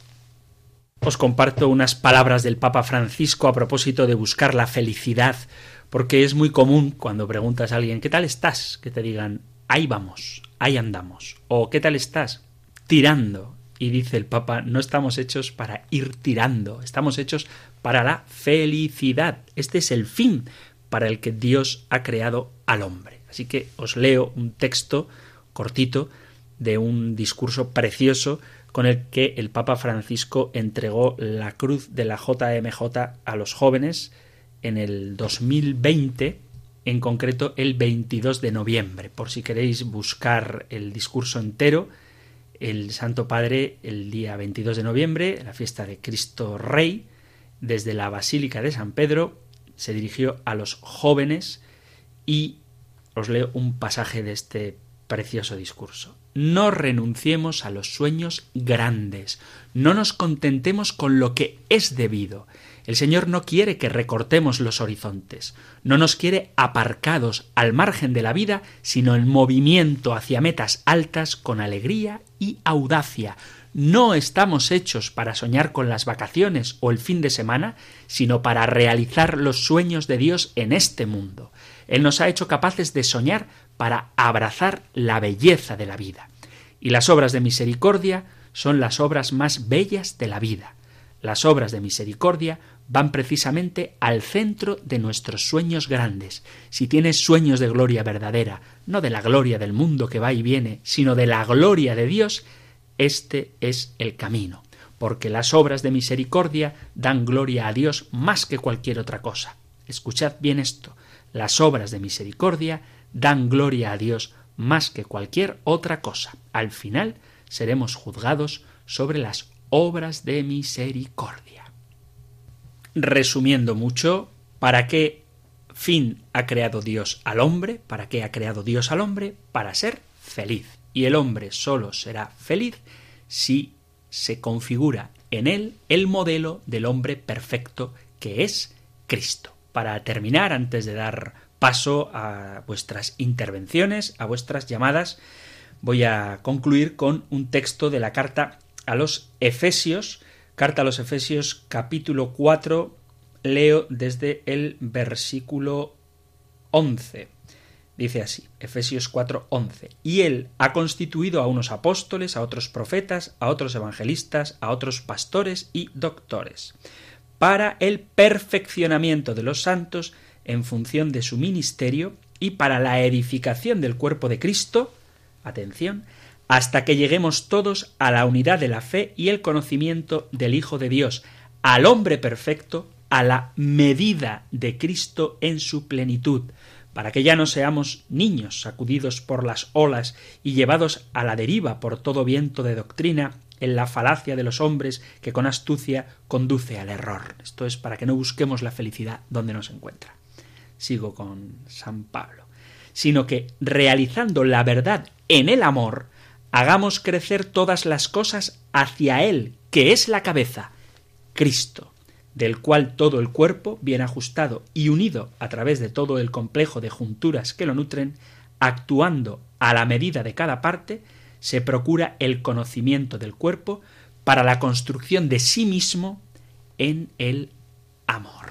Os comparto unas palabras del Papa Francisco a propósito de buscar la felicidad, porque es muy común cuando preguntas a alguien ¿qué tal estás? Que te digan ahí vamos, ahí andamos, o ¿qué tal estás? Tirando. Y dice el Papa, no estamos hechos para ir tirando, estamos hechos para la felicidad. Este es el fin para el que Dios ha creado al hombre. Así que os leo un texto cortito de un discurso precioso con el que el Papa Francisco entregó la cruz de la J M J a los jóvenes en el dos mil veinte, en concreto el veintidós de noviembre. Por si queréis buscar el discurso entero, el Santo Padre, el día veintidós de noviembre, la fiesta de Cristo Rey, desde la Basílica de San Pedro, se dirigió a los jóvenes y os leo un pasaje de este Precioso discurso. No renunciemos a los sueños grandes. No nos contentemos con lo que es debido. El Señor no quiere que recortemos los horizontes. No nos quiere aparcados al margen de la vida, sino en movimiento hacia metas altas con alegría y audacia. No estamos hechos para soñar con las vacaciones o el fin de semana, sino para realizar los sueños de Dios en este mundo. Él nos ha hecho capaces de soñar para abrazar la belleza de la vida. Y las obras de misericordia son las obras más bellas de la vida. Las obras de misericordia van precisamente al centro de nuestros sueños grandes. Si tienes sueños de gloria verdadera, no de la gloria del mundo que va y viene, sino de la gloria de Dios, este es el camino, porque las obras de misericordia dan gloria a Dios más que cualquier otra cosa. Escuchad bien esto, las obras de misericordia dan gloria a Dios más que cualquier otra cosa. Al final seremos juzgados sobre las obras de misericordia. Resumiendo mucho, ¿para qué fin ha creado Dios al hombre? ¿Para qué ha creado Dios al hombre? Para ser feliz. Y el hombre solo será feliz si se configura en él el modelo del hombre perfecto que es Cristo. Para terminar, antes de dar paso a vuestras intervenciones, a vuestras llamadas, voy a concluir con un texto de la carta a los Efesios, carta a los Efesios capítulo cuatro, leo desde el versículo once. Dice así, Efesios cuatro, once. Y Él ha constituido a unos apóstoles, a otros profetas, a otros evangelistas, a otros pastores y doctores, para el perfeccionamiento de los santos en función de su ministerio y para la edificación del cuerpo de Cristo, atención, hasta que lleguemos todos a la unidad de la fe y el conocimiento del Hijo de Dios, al hombre perfecto, a la medida de Cristo en su plenitud, para que ya no seamos niños sacudidos por las olas y llevados a la deriva por todo viento de doctrina, en la falacia de los hombres que con astucia conduce al error. Esto es para que no busquemos la felicidad donde nos encuentra. Sigo con San Pablo. Sino que, realizando la verdad en el amor, hagamos crecer todas las cosas hacia Él, que es la cabeza, Cristo, del cual todo el cuerpo, bien ajustado y unido a través de todo el complejo de junturas que lo nutren, actuando a la medida de cada parte, se procura el conocimiento del cuerpo para la construcción de sí mismo en el amor.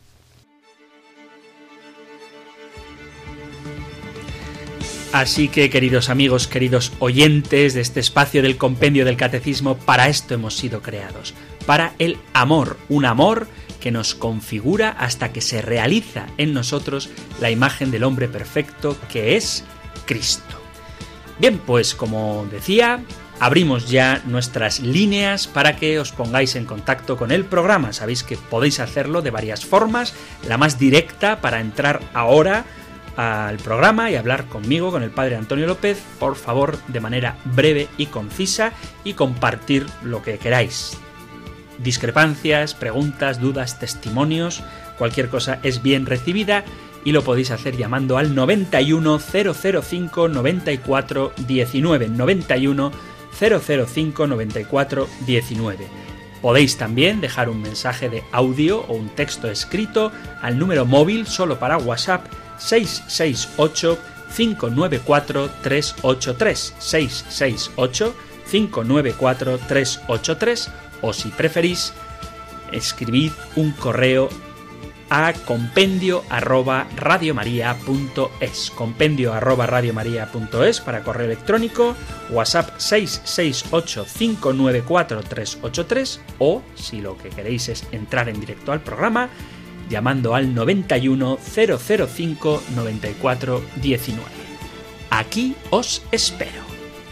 Así que, queridos amigos, queridos oyentes de este espacio del Compendio del Catecismo, para esto hemos sido creados, para el amor, un amor que nos configura hasta que se realiza en nosotros la imagen del hombre perfecto que es Cristo. Bien, pues como decía, abrimos ya nuestras líneas para que os pongáis en contacto con el programa. Sabéis que podéis hacerlo de varias formas. La más directa para entrar ahora al programa y hablar conmigo, con el Padre Antonio López, por favor, de manera breve y concisa, y compartir lo que queráis. Discrepancias, preguntas, dudas, testimonios, cualquier cosa es bien recibida. Y lo podéis hacer llamando al noventa y uno, cero cero cinco, noventa y cuatro, diecinueve, noventa y uno, cero cero cinco, noventa y cuatro, diecinueve. Podéis también dejar un mensaje de audio o un texto escrito al número móvil solo para WhatsApp seis seis ocho, cinco nueve cuatro, tres ocho tres, seis seis ocho, cinco nueve cuatro, tres ocho tres, o si preferís, escribid un correo a compendio arroba radiomaria.es, compendio arroba radiomaria.es para correo electrónico, WhatsApp seis seis ocho, cinco nueve cuatro, tres ocho tres, o si lo que queréis es entrar en directo al programa, llamando al noventa y uno, cero cero cinco, noventa y cuatro, diecinueve. Aquí os espero.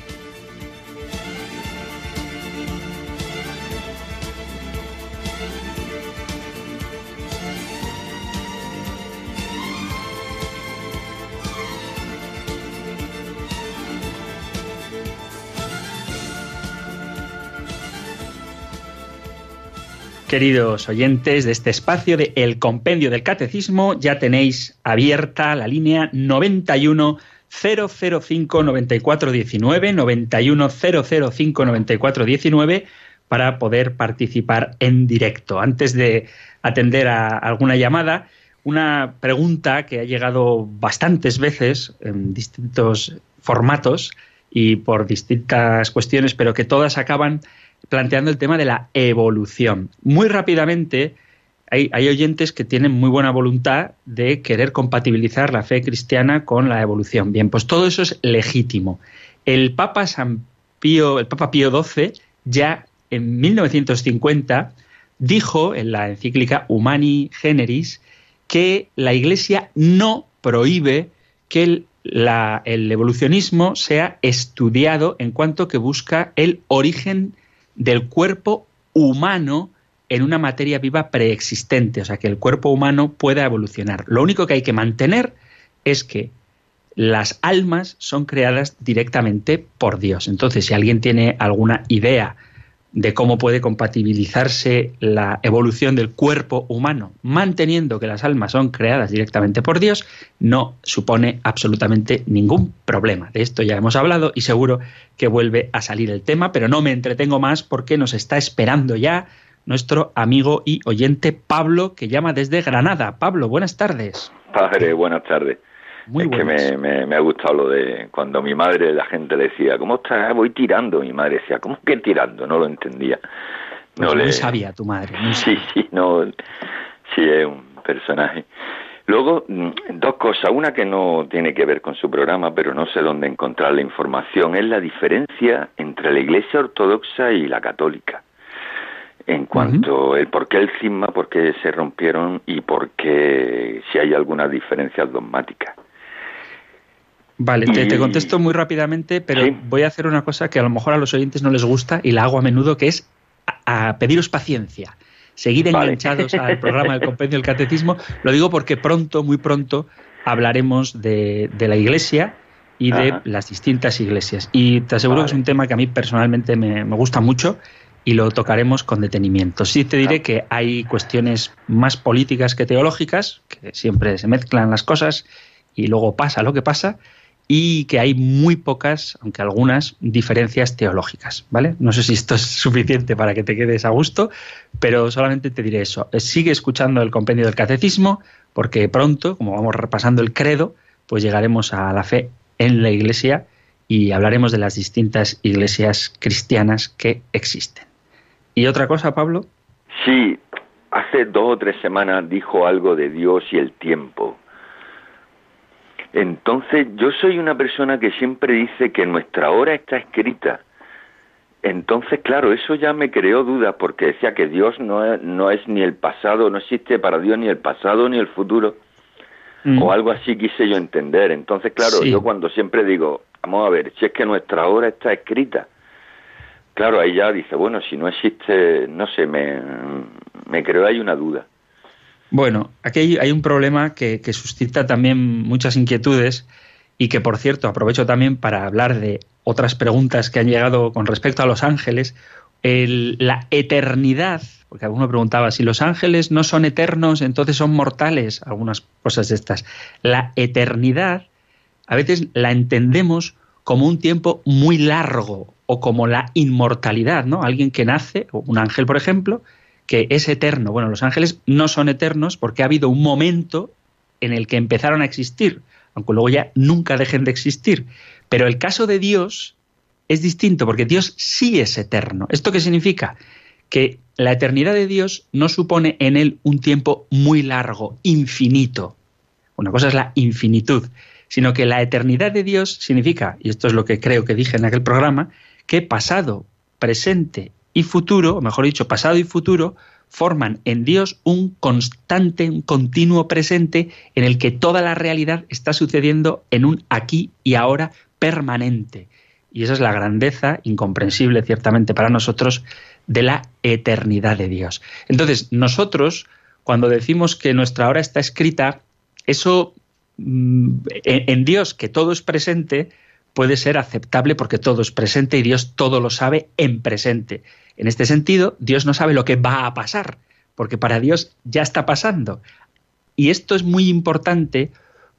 Queridos oyentes de este espacio de El Compendio del Catecismo, ya tenéis abierta la línea noventa y uno, cero cero cinco, noventa y cuatro diecinueve, noventa y uno cero cero cinco, noventa y cuatro diecinueve para poder participar en directo. Antes de atender a alguna llamada, una pregunta que ha llegado bastantes veces en distintos formatos y por distintas cuestiones, pero que todas acaban planteando el tema de la evolución. Muy rápidamente, hay, hay oyentes que tienen muy buena voluntad de querer compatibilizar la fe cristiana con la evolución. Bien, pues todo eso es legítimo. El Papa San Pío, el Papa Pío doce, ya en mil novecientos cincuenta, dijo en la encíclica Humani Generis que la Iglesia no prohíbe que el, la, el evolucionismo sea estudiado en cuanto que busca el origen del cuerpo humano en una materia viva preexistente, o sea, que el cuerpo humano pueda evolucionar. Lo único que hay que mantener es que las almas son creadas directamente por Dios. Entonces, si alguien tiene alguna idea de cómo puede compatibilizarse la evolución del cuerpo humano manteniendo que las almas son creadas directamente por Dios, no supone absolutamente ningún problema. De esto ya hemos hablado y seguro que vuelve a salir el tema, pero no me entretengo más porque nos está esperando ya nuestro amigo y oyente Pablo, que llama desde Granada. Pablo, buenas tardes. Padre, buenas tardes. Muy es buenas. que me, me, me ha gustado lo de cuando mi madre, la gente le decía, ¿cómo estás? Voy tirando. Mi madre decía, ¿cómo que tirando? No lo entendía. No Pues le... Muy sabia tu madre. Muy sí, sabia. sí, no, sí es un personaje. Luego, dos cosas. Una que no tiene que ver con su programa, pero no sé dónde encontrar la información, es la diferencia entre la Iglesia ortodoxa y la católica. En cuanto uh-huh. el por qué el cisma, por qué se rompieron y por qué si hay algunas diferencias dogmáticas. Vale, y... te, te contesto muy rápidamente, pero ¿Sí? voy a hacer una cosa que a lo mejor a los oyentes no les gusta y la hago a menudo, que es a, a pediros paciencia. Seguid vale. enganchados al programa del Compendio del Catecismo. Lo digo porque pronto, muy pronto, hablaremos de, de la Iglesia y de Ajá. las distintas iglesias. Y te aseguro vale. que es un tema que a mí personalmente me, me gusta mucho y lo tocaremos con detenimiento. Sí te diré que hay cuestiones más políticas que teológicas, que siempre se mezclan las cosas y luego pasa lo que pasa, y que hay muy pocas, aunque algunas, diferencias teológicas, ¿vale? No sé si esto es suficiente para que te quedes a gusto, pero solamente te diré eso. Sigue escuchando el Compendio del Catecismo, porque pronto, como vamos repasando el credo, pues llegaremos a la fe en la Iglesia y hablaremos de las distintas iglesias cristianas que existen. ¿Y otra cosa, Pablo? Sí, hace dos o tres semanas dijo algo de Dios y el tiempo. Entonces, yo soy una persona que siempre dice que nuestra hora está escrita. Entonces, claro, eso ya me creó dudas, porque decía que Dios no es, no es ni el pasado, no existe para Dios ni el pasado ni el futuro, mm. o algo así quise yo entender. Entonces, claro, sí. yo cuando siempre digo, vamos a ver, si es que nuestra hora está escrita, claro, ahí ya dice, bueno, si no existe, no sé, me, me creó ahí una duda. Bueno, aquí hay, hay un problema que, que suscita también muchas inquietudes y que, por cierto, aprovecho también para hablar de otras preguntas que han llegado con respecto a los ángeles. El, la eternidad, porque alguno preguntaba, si los ángeles no son eternos, entonces son mortales, algunas cosas de estas. La eternidad a veces la entendemos como un tiempo muy largo o como la inmortalidad, ¿no? Alguien que nace, o un ángel, por ejemplo, que es eterno. Bueno, los ángeles no son eternos porque ha habido un momento en el que empezaron a existir, aunque luego ya nunca dejen de existir. Pero el caso de Dios es distinto porque Dios sí es eterno. ¿Esto qué significa? Que la eternidad de Dios no supone en él un tiempo muy largo, infinito. Una cosa es la infinitud, sino que la eternidad de Dios significa, y esto es lo que creo que dije en aquel programa, que pasado, presente y futuro, o mejor dicho, pasado y futuro, forman en Dios un constante, un continuo presente en el que toda la realidad está sucediendo en un aquí y ahora permanente. Y esa es la grandeza, incomprensible ciertamente para nosotros, de la eternidad de Dios. Entonces, nosotros, cuando decimos que nuestra hora está escrita, eso en, en Dios, que todo es presente, puede ser aceptable porque todo es presente y Dios todo lo sabe en presente. En este sentido, Dios no sabe lo que va a pasar, porque para Dios ya está pasando. Y esto es muy importante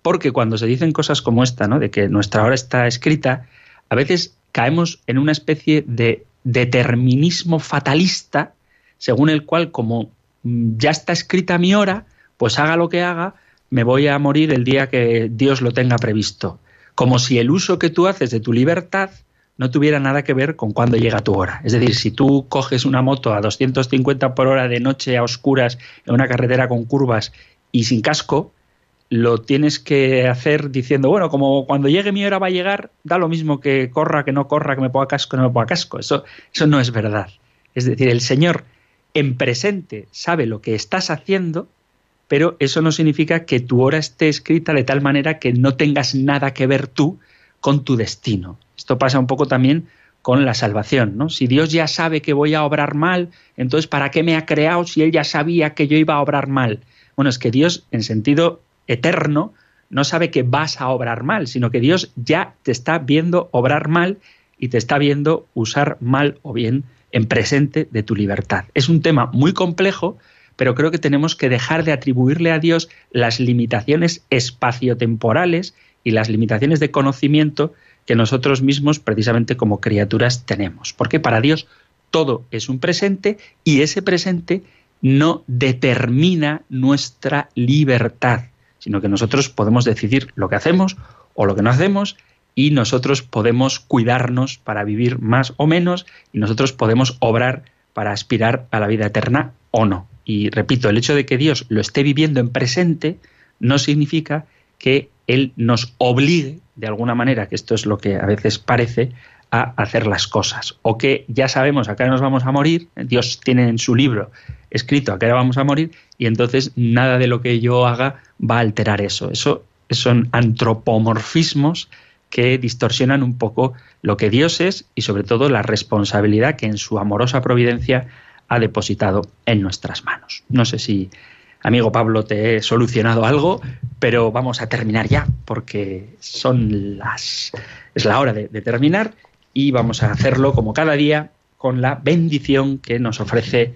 Porque cuando se dicen cosas como esta, ¿no?, de que nuestra hora está escrita, a veces caemos en una especie de determinismo fatalista, según el cual, como ya está escrita mi hora, pues haga lo que haga, me voy a morir el día que Dios lo tenga previsto. Como si el uso que tú haces de tu libertad no tuviera nada que ver con cuándo llega tu hora. Es decir, si tú coges una moto a doscientos cincuenta por hora de noche a oscuras en una carretera con curvas y sin casco, lo tienes que hacer diciendo, bueno, como cuando llegue mi hora va a llegar, da lo mismo que corra, que no corra, que me ponga casco, que no me ponga casco. Eso, eso no es verdad. Es decir, el Señor en presente sabe lo que estás haciendo, pero eso no significa que tu hora esté escrita de tal manera que no tengas nada que ver tú con tu destino. Esto pasa un poco también con la salvación, ¿no? Si Dios ya sabe que voy a obrar mal, entonces ¿para qué me ha creado si Él ya sabía que yo iba a obrar mal? Bueno, es que Dios, en sentido eterno, no sabe que vas a obrar mal, sino que Dios ya te está viendo obrar mal y te está viendo usar mal o bien en presente de tu libertad. Es un tema muy complejo, pero creo que tenemos que dejar de atribuirle a Dios las limitaciones espaciotemporales y las limitaciones de conocimiento que nosotros mismos, precisamente como criaturas, tenemos. Porque para Dios todo es un presente y ese presente no determina nuestra libertad, sino que nosotros podemos decidir lo que hacemos o lo que no hacemos, y nosotros podemos cuidarnos para vivir más o menos, y nosotros podemos obrar para aspirar a la vida eterna o no. Y repito, el hecho de que Dios lo esté viviendo en presente no significa que Él nos obligue, de alguna manera, que esto es lo que a veces parece, a hacer las cosas. O que ya sabemos a qué hora nos vamos a morir, Dios tiene en su libro escrito a qué hora vamos a morir, y entonces nada de lo que yo haga va a alterar eso. Eso son antropomorfismos que distorsionan un poco lo que Dios es y sobre todo la responsabilidad que en su amorosa providencia ha depositado en nuestras manos. No sé si, amigo Pablo, te he solucionado algo, pero vamos a terminar ya porque son las, es la hora de, de terminar, y vamos a hacerlo como cada día con la bendición que nos ofrece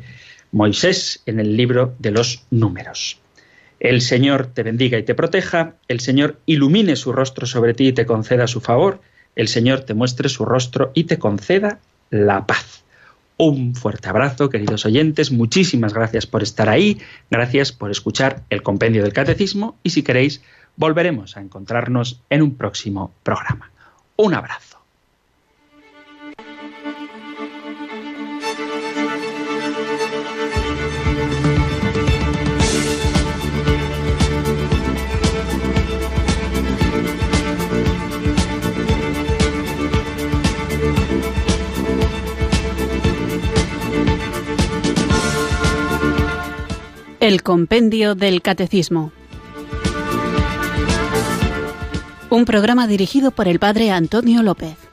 Moisés en el libro de los Números. El Señor te bendiga y te proteja, el Señor ilumine su rostro sobre ti y te conceda su favor, el Señor te muestre su rostro y te conceda la paz. Un fuerte abrazo, queridos oyentes, muchísimas gracias por estar ahí, gracias por escuchar el Compendio del Catecismo, y si queréis, volveremos a encontrarnos en un próximo programa. Un abrazo. El Compendio del Catecismo. Un programa dirigido por el Padre Antonio López.